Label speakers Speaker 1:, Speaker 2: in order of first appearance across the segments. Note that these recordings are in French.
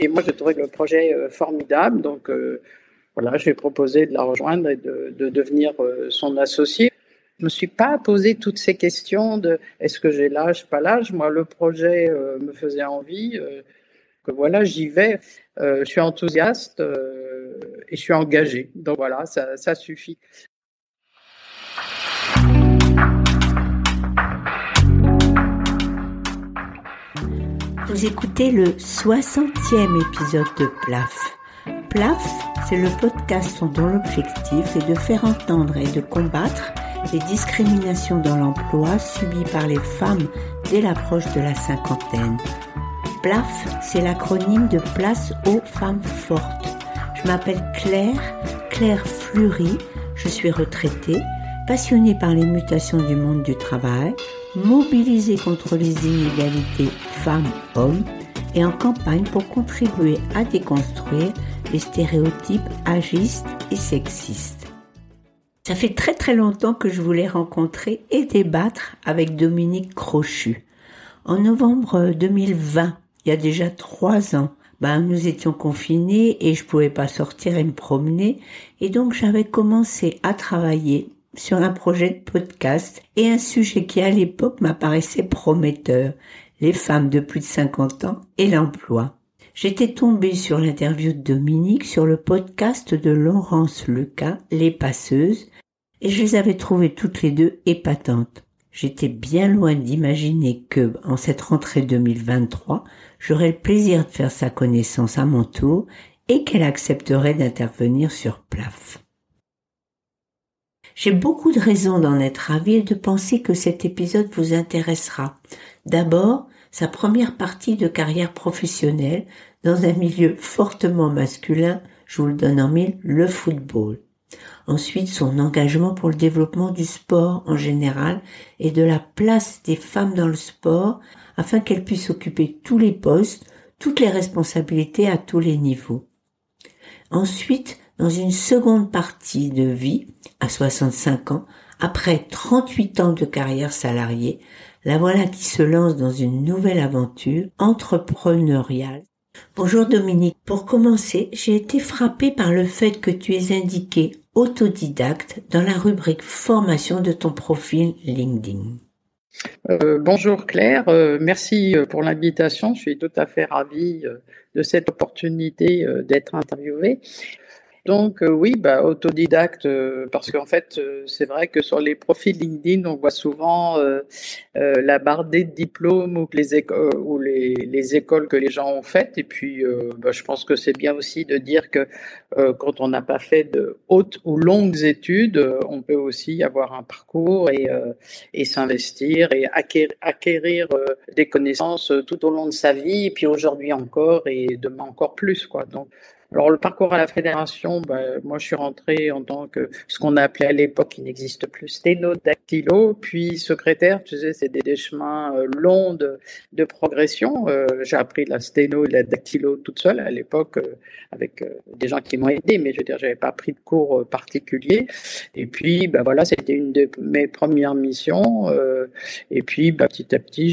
Speaker 1: Et moi, j'ai trouvé le projet formidable. Donc, voilà, j'ai proposé de la rejoindre et de devenir son associé. Je me suis pas posé toutes ces questions de est-ce que j'ai l'âge, pas l'âge. Moi, le projet me faisait envie. Que voilà, j'y vais. Je suis enthousiaste et je suis engagée. Donc voilà, ça suffit.
Speaker 2: Vous écoutez le 60e épisode de PLAF. PLAF, c'est le podcast dont l'objectif est de faire entendre et de combattre les discriminations dans l'emploi subies par les femmes dès l'approche de la cinquantaine. PLAF, c'est l'acronyme de Place aux femmes fortes. Je m'appelle Claire Fleury, je suis retraitée, passionnée par les mutations du monde du travail, mobilisée contre les inégalités femmes-hommes et en campagne pour contribuer à déconstruire les stéréotypes agistes et sexistes. Ça fait très très longtemps que je voulais rencontrer et débattre avec Dominique Crochu. En novembre 2020, il y a déjà 3 ans, nous étions confinés et je pouvais pas sortir et me promener. Et donc j'avais commencé à travailler sur un projet de podcast et un sujet qui à l'époque m'apparaissait prometteur, les femmes de plus de 50 ans et l'emploi. J'étais tombée sur l'interview de Dominique sur le podcast de Laurence Lequin, Les Passeuses, et je les avais trouvées toutes les deux épatantes. J'étais bien loin d'imaginer que, en cette rentrée 2023, j'aurais le plaisir de faire sa connaissance à mon tour et qu'elle accepterait d'intervenir sur PLAF. J'ai beaucoup de raisons d'en être ravie et de penser que cet épisode vous intéressera. D'abord, sa première partie de carrière professionnelle dans un milieu fortement masculin, je vous le donne en mille, le football. Ensuite, son engagement pour le développement du sport en général et de la place des femmes dans le sport afin qu'elles puissent occuper tous les postes, toutes les responsabilités à tous les niveaux. Ensuite, dans une seconde partie de vie, à 65 ans, après 38 ans de carrière salariée, la voilà qui se lance dans une nouvelle aventure entrepreneuriale. Bonjour Dominique. Pour commencer, j'ai été frappée par le fait que tu aies indiqué autodidacte dans la rubrique formation de ton profil LinkedIn.
Speaker 1: Bonjour Claire, merci pour l'invitation. Je suis tout à fait ravie de cette opportunité d'être interviewée. Donc oui, autodidacte, parce qu'en fait, c'est vrai que sur les profils LinkedIn, on voit souvent la bardée de diplômes ou les écoles que les gens ont faites. Et puis, je pense que c'est bien aussi de dire que quand on n'a pas fait de hautes ou longues études, on peut aussi avoir un parcours et s'investir et acquérir des connaissances tout au long de sa vie, et puis aujourd'hui encore et demain encore plus, quoi. Donc, alors le parcours à la fédération, moi je suis rentrée en tant que ce qu'on appelait à l'époque, qui n'existe plus, sténodactylo, puis secrétaire. Tu sais, c'est des chemins longs de progression. J'ai appris la sténo et la dactylo toute seule à l'époque avec des gens qui m'ont aidé, mais je veux dire, j'avais pas pris de cours particuliers. Et puis voilà, c'était une de mes premières missions. Et puis petit à petit,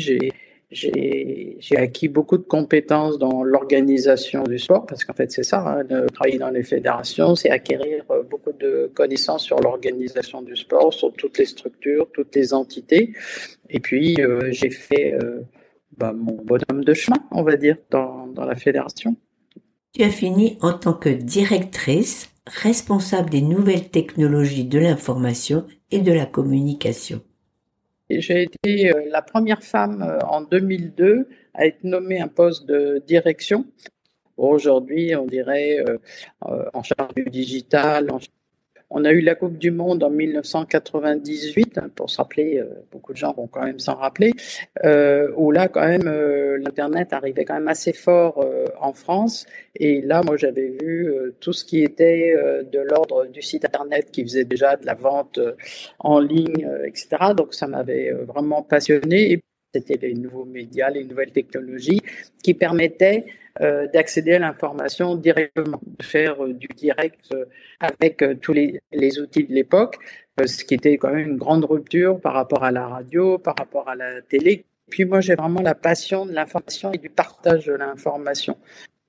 Speaker 1: j'ai acquis beaucoup de compétences dans l'organisation du sport, parce qu'en fait c'est ça, hein, de travailler dans les fédérations, c'est acquérir beaucoup de connaissances sur l'organisation du sport, sur toutes les structures, toutes les entités. Et puis j'ai fait mon bonhomme de chemin, on va dire, dans la fédération.
Speaker 2: Tu as fini en tant que directrice, responsable des nouvelles technologies de l'information et de la communication.
Speaker 1: J'ai été la première femme en 2002 à être nommée à un poste de direction. Aujourd'hui, on dirait en charge du digital. On a eu la Coupe du Monde en 1998, pour se rappeler, beaucoup de gens vont quand même s'en rappeler, où là, quand même, l'Internet arrivait quand même assez fort en France. Et là, moi, j'avais vu tout ce qui était de l'ordre du site Internet qui faisait déjà de la vente en ligne, etc. Donc, ça m'avait vraiment passionné. Et c'était les nouveaux médias, les nouvelles technologies qui permettaient d'accéder à l'information directement, de faire du direct avec tous les outils de l'époque, ce qui était quand même une grande rupture par rapport à la radio, par rapport à la télé. Puis moi, j'ai vraiment la passion de l'information et du partage de l'information.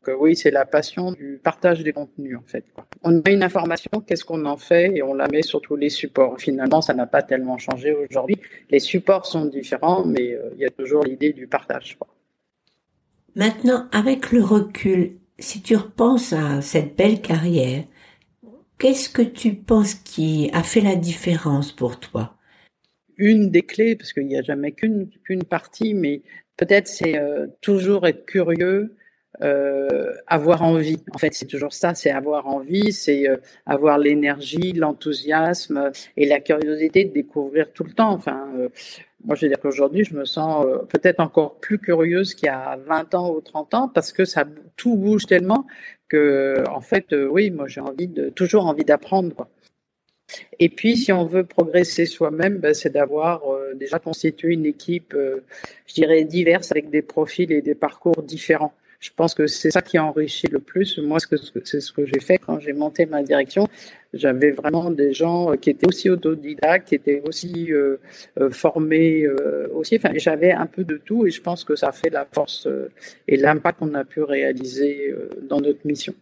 Speaker 1: Oui, c'est la passion du partage des contenus, en fait, quoi. On a une information, qu'est-ce qu'on en fait? Et on la met sur tous les supports. Finalement, ça n'a pas tellement changé aujourd'hui. Les supports sont différents, mais il y a toujours l'idée du partage, quoi.
Speaker 2: Maintenant, avec le recul, si tu repenses à cette belle carrière, qu'est-ce que tu penses qui a fait la différence pour toi?
Speaker 1: Une des clés, parce qu'il n'y a jamais qu'une partie, mais peut-être c'est toujours être curieux, avoir envie. En fait, c'est toujours ça, c'est avoir envie, c'est avoir l'énergie, l'enthousiasme et la curiosité de découvrir tout le temps. Enfin, moi, je veux dire qu'aujourd'hui, je me sens peut-être encore plus curieuse qu'il y a 20 ans ou 30 ans parce que tout bouge tellement que, en fait, oui, moi, j'ai toujours envie d'apprendre, quoi. Et puis, si on veut progresser soi-même, ben, c'est d'avoir déjà constitué une équipe, je dirais, diverse, avec des profils et des parcours différents. Je pense que c'est ça qui enrichit le plus. Moi, c'est ce que j'ai fait quand j'ai monté ma direction. J'avais vraiment des gens qui étaient aussi autodidactes, qui étaient aussi formés aussi. Enfin, j'avais un peu de tout et je pense que ça fait la force et l'impact qu'on a pu réaliser dans notre mission.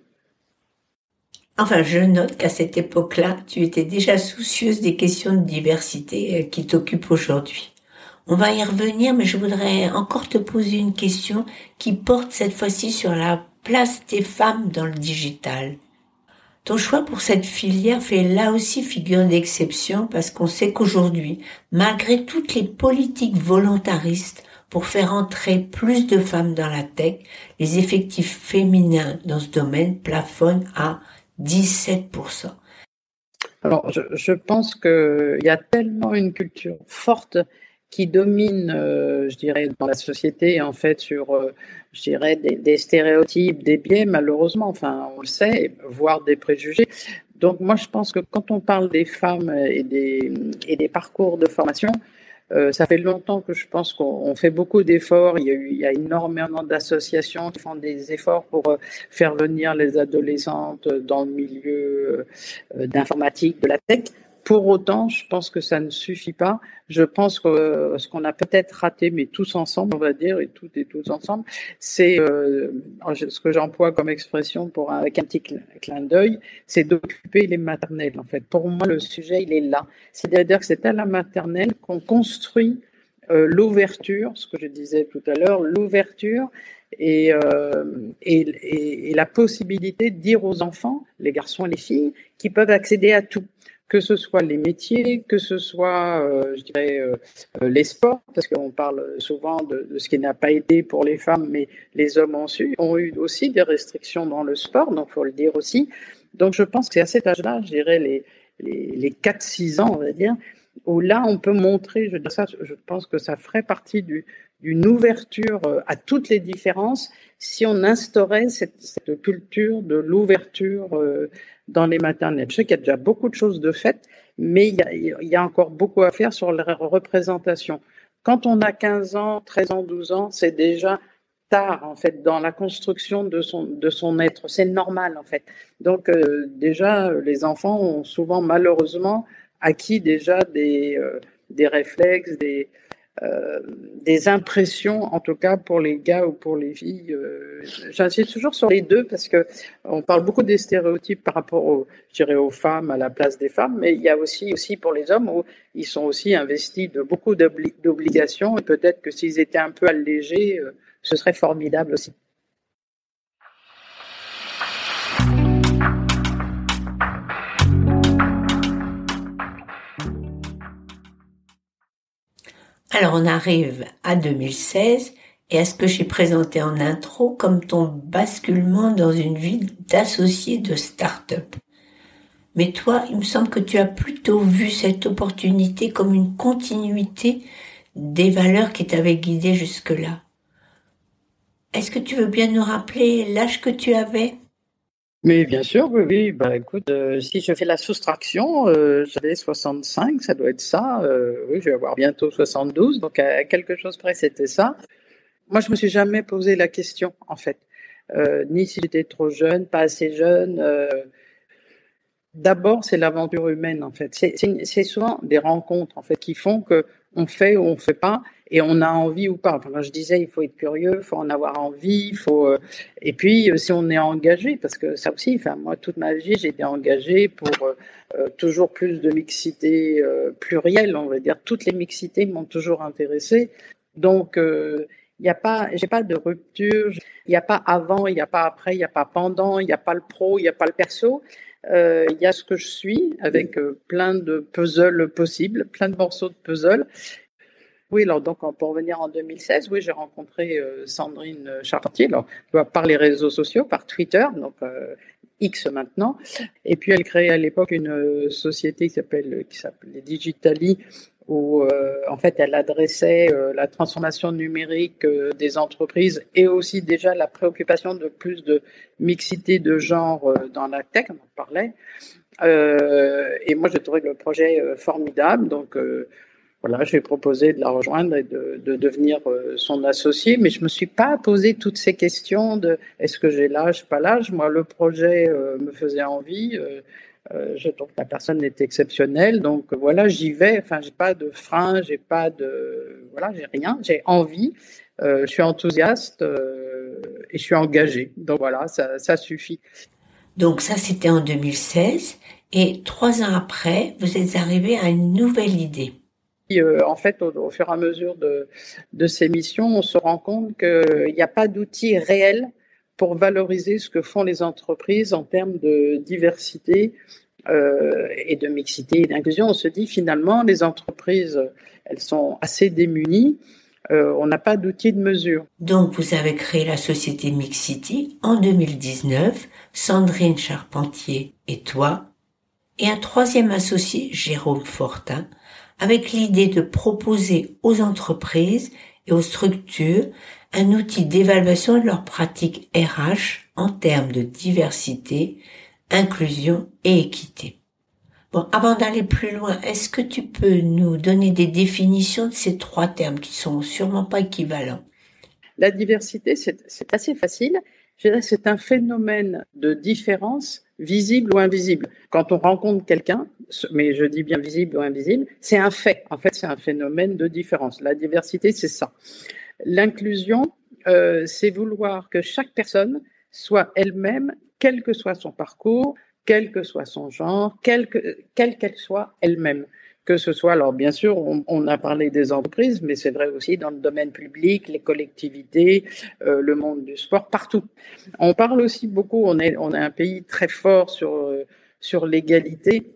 Speaker 2: Enfin, je note qu'à cette époque-là, tu étais déjà soucieuse des questions de diversité qui t'occupent aujourd'hui. On va y revenir, mais je voudrais encore te poser une question qui porte cette fois-ci sur la place des femmes dans le digital. Ton choix pour cette filière fait là aussi figure d'exception parce qu'on sait qu'aujourd'hui, malgré toutes les politiques volontaristes pour faire entrer plus de femmes dans la tech, les effectifs féminins dans ce domaine plafonnent à 17%.
Speaker 1: Alors, je pense qu'il y a tellement une culture forte qui domine, je dirais, dans la société, en fait, sur, je dirais, des stéréotypes, des biais, malheureusement, enfin, on le sait, voire des préjugés. Donc, moi, je pense que quand on parle des femmes et des parcours de formation, ça fait longtemps que je pense qu'on fait beaucoup d'efforts. Il y a énormément d'associations qui font des efforts pour faire venir les adolescentes dans le milieu d'informatique, de la tech. Pour autant, je pense que ça ne suffit pas. Je pense que ce qu'on a peut-être raté, mais tous ensemble, on va dire, et toutes et tous ensemble, c'est ce que j'emploie comme expression avec un petit clin d'œil, c'est d'occuper les maternelles. En fait, pour moi, le sujet, il est là. C'est-à-dire que c'est à la maternelle qu'on construit l'ouverture, ce que je disais tout à l'heure, l'ouverture et la possibilité de dire aux enfants, les garçons et les filles, qu'ils peuvent accéder à tout, que ce soit les métiers, que ce soit, je dirais, les sports, parce qu'on parle souvent de ce qui n'a pas été pour les femmes, mais les hommes ont eu aussi des restrictions dans le sport, donc il faut le dire aussi. Donc je pense que c'est à cet âge-là, je dirais les 4-6 ans, on va dire, où là on peut montrer, je veux dire ça, je pense que ça ferait partie d'une ouverture à toutes les différences si on instaurait cette culture de l'ouverture dans les maternelles. Je sais qu'il y a déjà beaucoup de choses de faites, mais il y a encore beaucoup à faire sur la représentation. Quand on a 15 ans, 13 ans, 12 ans, c'est déjà tard, en fait, dans la construction de son être. C'est normal, en fait. Donc, déjà, les enfants ont souvent, malheureusement, acquis déjà des réflexes, des impressions, en tout cas pour les gars ou pour les filles. J'insiste toujours sur les deux parce que on parle beaucoup des stéréotypes par rapport je dirais aux femmes, à la place des femmes, mais il y a aussi pour les hommes où ils sont aussi investis de beaucoup d'obligations et peut-être que s'ils étaient un peu allégés, ce serait formidable aussi.
Speaker 2: Alors on arrive à 2016 et à ce que j'ai présenté en intro comme ton basculement dans une vie d'associé de start-up. Mais toi, il me semble que tu as plutôt vu cette opportunité comme une continuité des valeurs qui t'avaient guidé jusque-là. Est-ce que tu veux bien nous rappeler l'âge que tu avais ?
Speaker 1: Mais bien sûr, oui, oui. Bah, écoute, si je fais la soustraction, j'avais 65, ça doit être ça. Oui, je vais avoir bientôt 72, donc à quelque chose près, c'était ça. Moi, je me suis jamais posé la question, en fait, ni si j'étais trop jeune, pas assez jeune. D'abord, c'est l'aventure humaine, en fait. C'est souvent des rencontres, en fait, qui font que on fait ou on fait pas, et on a envie ou pas. Enfin, quand je disais, il faut être curieux, il faut en avoir envie, et puis si on est engagé, parce que ça aussi, enfin moi toute ma vie j'ai été engagée pour toujours plus de mixité plurielle, on va dire. Toutes les mixités m'ont toujours intéressée, donc il n'y a pas, j'ai pas de rupture, il n'y a pas avant, il n'y a pas après, il n'y a pas pendant, il n'y a pas le pro, il n'y a pas le perso. Il y a ce que je suis avec plein de puzzles possibles, plein de morceaux de puzzle. Oui, alors donc pour revenir en 2016, oui, j'ai rencontré Sandrine Charpentier, alors par les réseaux sociaux, par Twitter, donc X maintenant. Et puis elle créait à l'époque une société qui s'appelait Digitali, où en fait elle adressait la transformation numérique des entreprises et aussi déjà la préoccupation de plus de mixité de genre dans la tech, on en parlait. Et moi j'ai trouvé le projet formidable, donc voilà, j'ai proposé de la rejoindre et de devenir son associé, mais je me suis pas posé toutes ces questions de est-ce que j'ai l'âge, pas l'âge. Moi, le projet me faisait envie. Je trouve que la personne est exceptionnelle, donc voilà, j'y vais. Enfin, j'ai pas de frein, j'ai pas de voilà, j'ai rien. J'ai envie. Je suis enthousiaste et je suis engagée. Donc voilà, ça suffit.
Speaker 2: Donc ça, c'était en 2016. Et 3 ans après, vous êtes arrivé à une nouvelle idée.
Speaker 1: En fait, au fur et à mesure de ces missions, on se rend compte qu'il n'y a pas d'outils réels pour valoriser ce que font les entreprises en termes de diversité et de mixité et d'inclusion. On se dit finalement, les entreprises, elles sont assez démunies. On n'a pas d'outils de mesure.
Speaker 2: Donc vous avez créé la société Mixity en 2019, Sandrine Charpentier et toi, et un troisième associé, Jérôme Fortin, avec l'idée de proposer aux entreprises et aux structures un outil d'évaluation de leurs pratiques RH en termes de diversité, inclusion et équité. Bon, avant d'aller plus loin, est-ce que tu peux nous donner des définitions de ces 3 termes qui sont sûrement pas équivalents?
Speaker 1: La diversité, c'est assez facile. Je dirais, c'est un phénomène de différence visible ou invisible. Quand on rencontre quelqu'un, mais je dis bien visible ou invisible, c'est un fait. En fait, c'est un phénomène de différence. La diversité, c'est ça. L'inclusion, c'est vouloir que chaque personne soit elle-même, quel que soit son parcours, quel que soit son genre, quelle qu'elle soit elle-même. Que ce soit, alors bien sûr, on a parlé des entreprises, mais c'est vrai aussi dans le domaine public, les collectivités, le monde du sport, partout. On parle aussi beaucoup, on est un pays très fort sur l'égalité.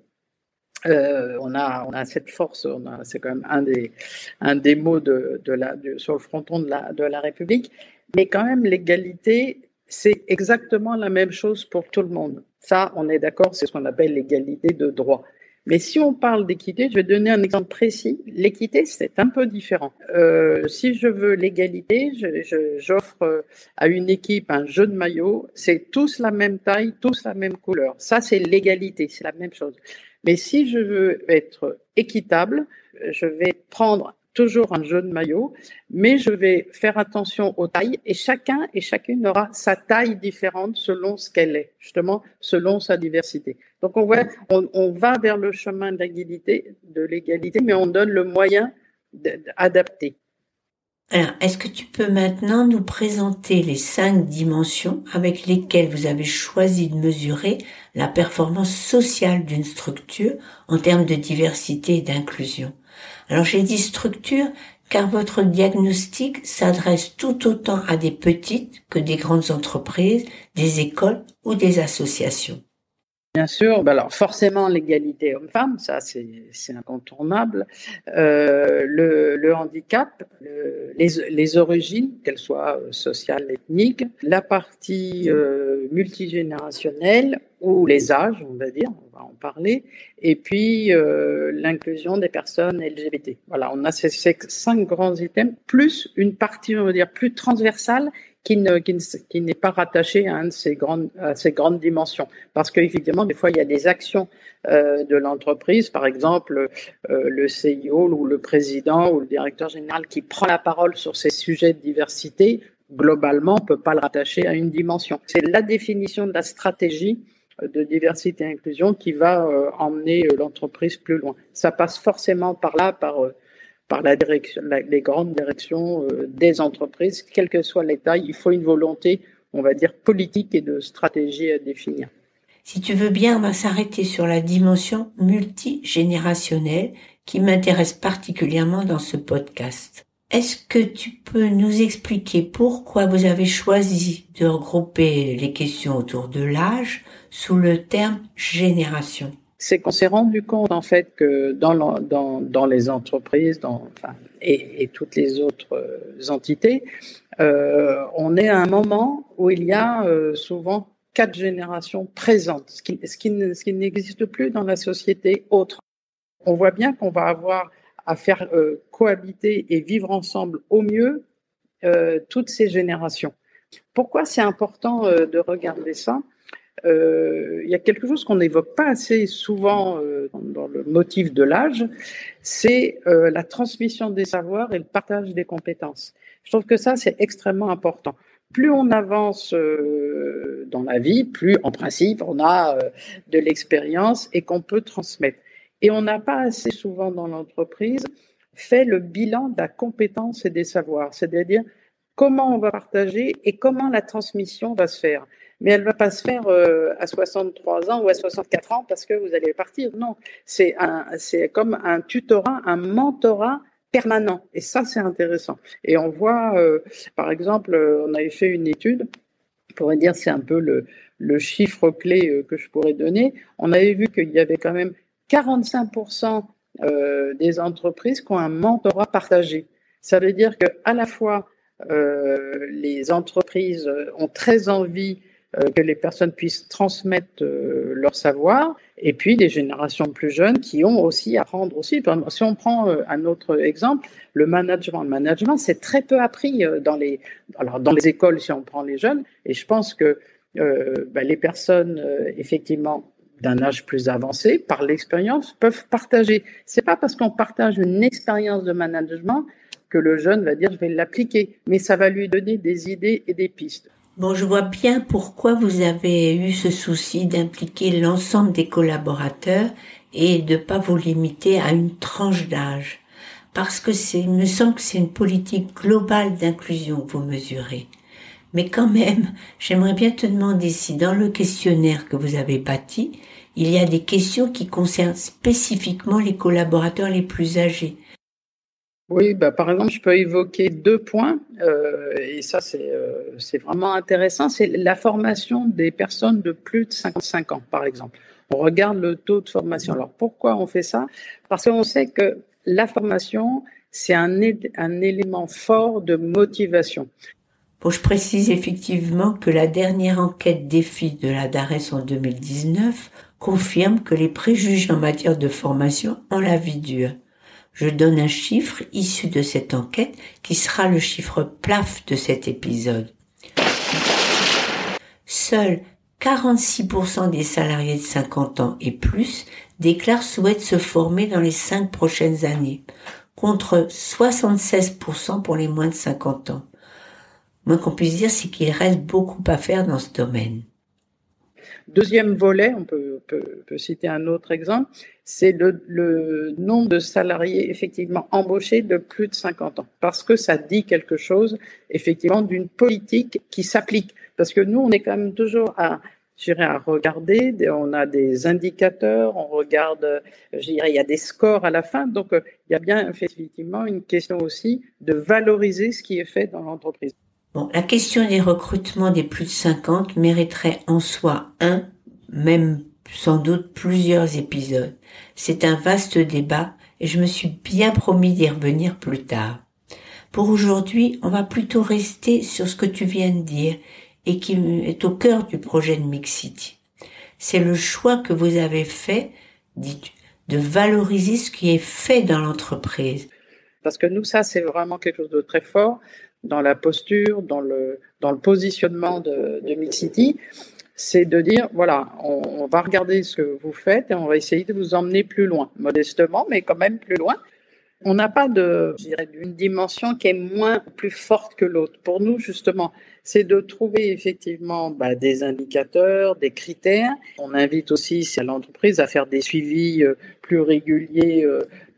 Speaker 1: On a cette force, c'est quand même un des mots sur le fronton de la République. Mais quand même, l'égalité, c'est exactement la même chose pour tout le monde. Ça, on est d'accord, c'est ce qu'on appelle l'égalité de droit. Mais si on parle d'équité, je vais donner un exemple précis. L'équité, c'est un peu différent. Si je veux l'égalité, j'offre à une équipe un jeu de maillot. C'est tous la même taille, tous la même couleur. Ça, c'est l'égalité, c'est la même chose. Mais si je veux être équitable, je vais prendre toujours un jeu de maillot, mais je vais faire attention aux tailles et chacun et chacune aura sa taille différente selon ce qu'elle est, justement selon sa diversité. Donc on va vers le chemin de l'égalité, mais on donne le moyen d'adapter.
Speaker 2: Alors, est-ce que tu peux maintenant nous présenter les 5 dimensions avec lesquelles vous avez choisi de mesurer la performance sociale d'une structure en termes de diversité et d'inclusion? Alors, j'ai dit structure car votre diagnostic s'adresse tout autant à des petites que des grandes entreprises, des écoles ou des associations.
Speaker 1: Bien sûr, alors forcément l'égalité homme-femme, ça c'est incontournable. Le handicap, les origines, qu'elles soient sociales, ethniques, la partie multigénérationnelle ou les âges, on va dire, on va en parler, et puis l'inclusion des personnes LGBT. Voilà, on a ces 5 grands items, plus une partie, on va dire, plus transversale qui n'est pas rattaché à ces grandes dimensions. Parce qu'évidemment, des fois, il y a des actions de l'entreprise, par exemple, le CIO ou le président ou le directeur général qui prend la parole sur ces sujets de diversité, globalement, on ne peut pas le rattacher à une dimension. C'est la définition de la stratégie de diversité et inclusion qui va emmener l'entreprise plus loin. Ça passe forcément par là, par par la direction, les grandes directions des entreprises, quelle que soit les tailles. Il faut une volonté, on va dire, politique et de stratégie à définir.
Speaker 2: Si tu veux bien, on va s'arrêter sur la dimension multigénérationnelle qui m'intéresse particulièrement dans ce podcast. Est-ce que tu peux nous expliquer pourquoi vous avez choisi de regrouper les questions autour de l'âge sous le terme génération?
Speaker 1: C'est qu'on s'est rendu compte en fait que dans les entreprises et toutes les autres entités, on est à un moment où il y a souvent 4 générations présentes, ce qui n'existe plus dans la société autre. On voit bien qu'on va avoir à faire cohabiter et vivre ensemble au mieux toutes ces générations. Pourquoi c'est important de regarder ça ? Il y a quelque chose qu'on n'évoque pas assez souvent dans le motif de l'âge, c'est la transmission des savoirs et le partage des compétences. Je trouve que ça, c'est extrêmement important. Plus on avance dans la vie, plus en principe on a de l'expérience et qu'on peut transmettre. Et on n'a pas assez souvent dans l'entreprise fait le bilan de la compétence et des savoirs, c'est-à-dire comment on va partager et comment la transmission va se faire. Mais elle ne va pas se faire à 63 ans ou à 64 ans parce que vous allez partir. Non, c'est comme un tutorat, un mentorat permanent. Et ça, c'est intéressant. Et on voit, par exemple, on avait fait une étude, on pourrait dire c'est un peu le chiffre clé que je pourrais donner. On avait vu qu'il y avait quand même 45% des entreprises qui ont un mentorat partagé. Ça veut dire qu'à la fois, les entreprises ont très envie que les personnes puissent transmettre leur savoir, et puis les générations plus jeunes qui ont aussi à apprendre aussi. Si on prend un autre exemple, le management. Le management, c'est très peu appris dans les écoles si on prend les jeunes, et je pense que les personnes effectivement d'un âge plus avancé, par l'expérience, peuvent partager. C'est pas parce qu'on partage une expérience de management que le jeune va dire je vais l'appliquer, mais ça va lui donner des idées et des pistes.
Speaker 2: Bon, je vois bien pourquoi vous avez eu ce souci d'impliquer l'ensemble des collaborateurs et de pas vous limiter à une tranche d'âge. Parce que il me semble que c'est une politique globale d'inclusion que vous mesurez. Mais quand même, j'aimerais bien te demander si dans le questionnaire que vous avez bâti, il y a des questions qui concernent spécifiquement les collaborateurs les plus âgés.
Speaker 1: Oui, par exemple, je peux évoquer 2 points, et ça c'est vraiment intéressant, c'est la formation des personnes de plus de 55 ans, par exemple. On regarde le taux de formation. Alors pourquoi on fait ça ? Parce qu'on sait que la formation, c'est un élément fort de motivation.
Speaker 2: Bon, je précise effectivement que la dernière enquête défi de la DARES en 2019 confirme que les préjugés en matière de formation ont la vie dure. Je donne un chiffre issu de cette enquête qui sera le chiffre PLAF de cet épisode. Seuls 46% des salariés de 50 ans et plus déclarent souhaitent se former dans les 5 prochaines années, contre 76% pour les moins de 50 ans. Moins qu'on puisse dire, c'est qu'il reste beaucoup à faire dans ce domaine.
Speaker 1: Deuxième volet, on peut citer un autre exemple, c'est le nombre de salariés effectivement embauchés de plus de 50 ans, parce que ça dit quelque chose effectivement d'une politique qui s'applique. Parce que nous, on est quand même toujours à regarder, on a des indicateurs, on regarde, il y a des scores à la fin, donc il y a bien effectivement une question aussi de valoriser ce qui est fait dans l'entreprise.
Speaker 2: Bon, la question des recrutements des plus de 50 mériterait en soi même sans doute plusieurs épisodes. C'est un vaste débat et je me suis bien promis d'y revenir plus tard. Pour aujourd'hui, on va plutôt rester sur ce que tu viens de dire et qui est au cœur du projet de Mixity. C'est le choix que vous avez fait, dis-tu, de valoriser ce qui est fait dans l'entreprise.
Speaker 1: Parce que nous, ça, c'est vraiment quelque chose de très fort dans la posture, dans le positionnement de Mixity, c'est de dire, voilà, on va regarder ce que vous faites et on va essayer de vous emmener plus loin, modestement, mais quand même plus loin. On n'a pas d'une dimension qui est plus forte que l'autre. Pour nous, justement, c'est de trouver effectivement des indicateurs, des critères. On invite aussi à l'entreprise à faire des suivis plus réguliers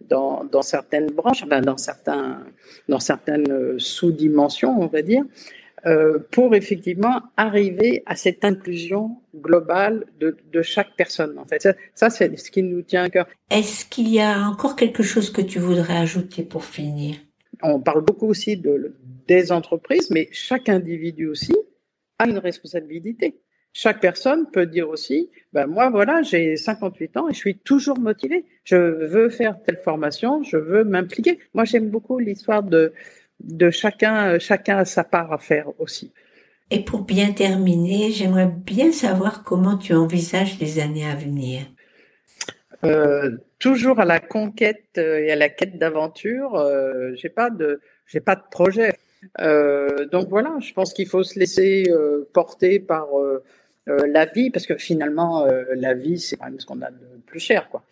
Speaker 1: dans certaines branches, dans certaines sous-dimensions, on va dire, pour effectivement arriver à cette inclusion globale de chaque personne. En fait, ça c'est ce qui nous tient à cœur.
Speaker 2: Est-ce qu'il y a encore quelque chose que tu voudrais ajouter pour finir?
Speaker 1: On parle beaucoup aussi des entreprises, mais chaque individu aussi a une responsabilité. Chaque personne peut dire aussi, moi voilà, j'ai 58 ans et je suis toujours motivée. Je veux faire telle formation, je veux m'impliquer. Moi, j'aime beaucoup l'histoire de chacun a sa part à faire aussi.
Speaker 2: Et pour bien terminer, j'aimerais bien savoir comment tu envisages les années à venir.
Speaker 1: Toujours à la conquête et à la quête d'aventure. J'ai pas de projet. Donc voilà, je pense qu'il faut se laisser porter par la vie, parce que finalement, la vie, c'est quand même ce qu'on a de plus cher, quoi.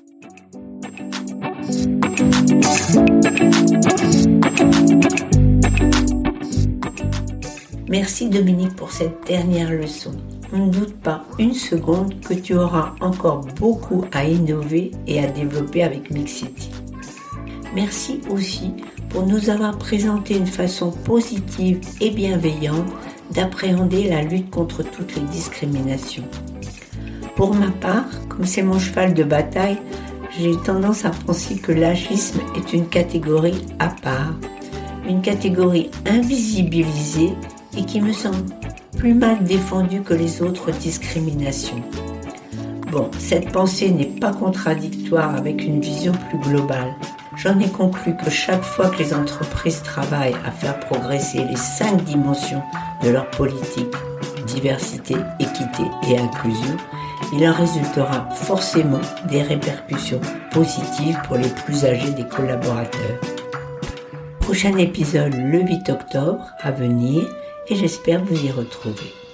Speaker 2: Merci Dominique pour cette dernière leçon. On ne doute pas une seconde que tu auras encore beaucoup à innover et à développer avec Mixity. Merci aussi pour nous avoir présenté une façon positive et bienveillante d'appréhender la lutte contre toutes les discriminations. Pour ma part, comme c'est mon cheval de bataille, j'ai tendance à penser que l'agisme est une catégorie à part, une catégorie invisibilisée et qui me semble plus mal défendue que les autres discriminations. Bon, cette pensée n'est pas contradictoire avec une vision plus globale. J'en ai conclu que chaque fois que les entreprises travaillent à faire progresser les 5 dimensions de leur politique, diversité, équité et inclusion, il en résultera forcément des répercussions positives pour les plus âgés des collaborateurs. Prochain épisode le 8 octobre à venir et j'espère vous y retrouver.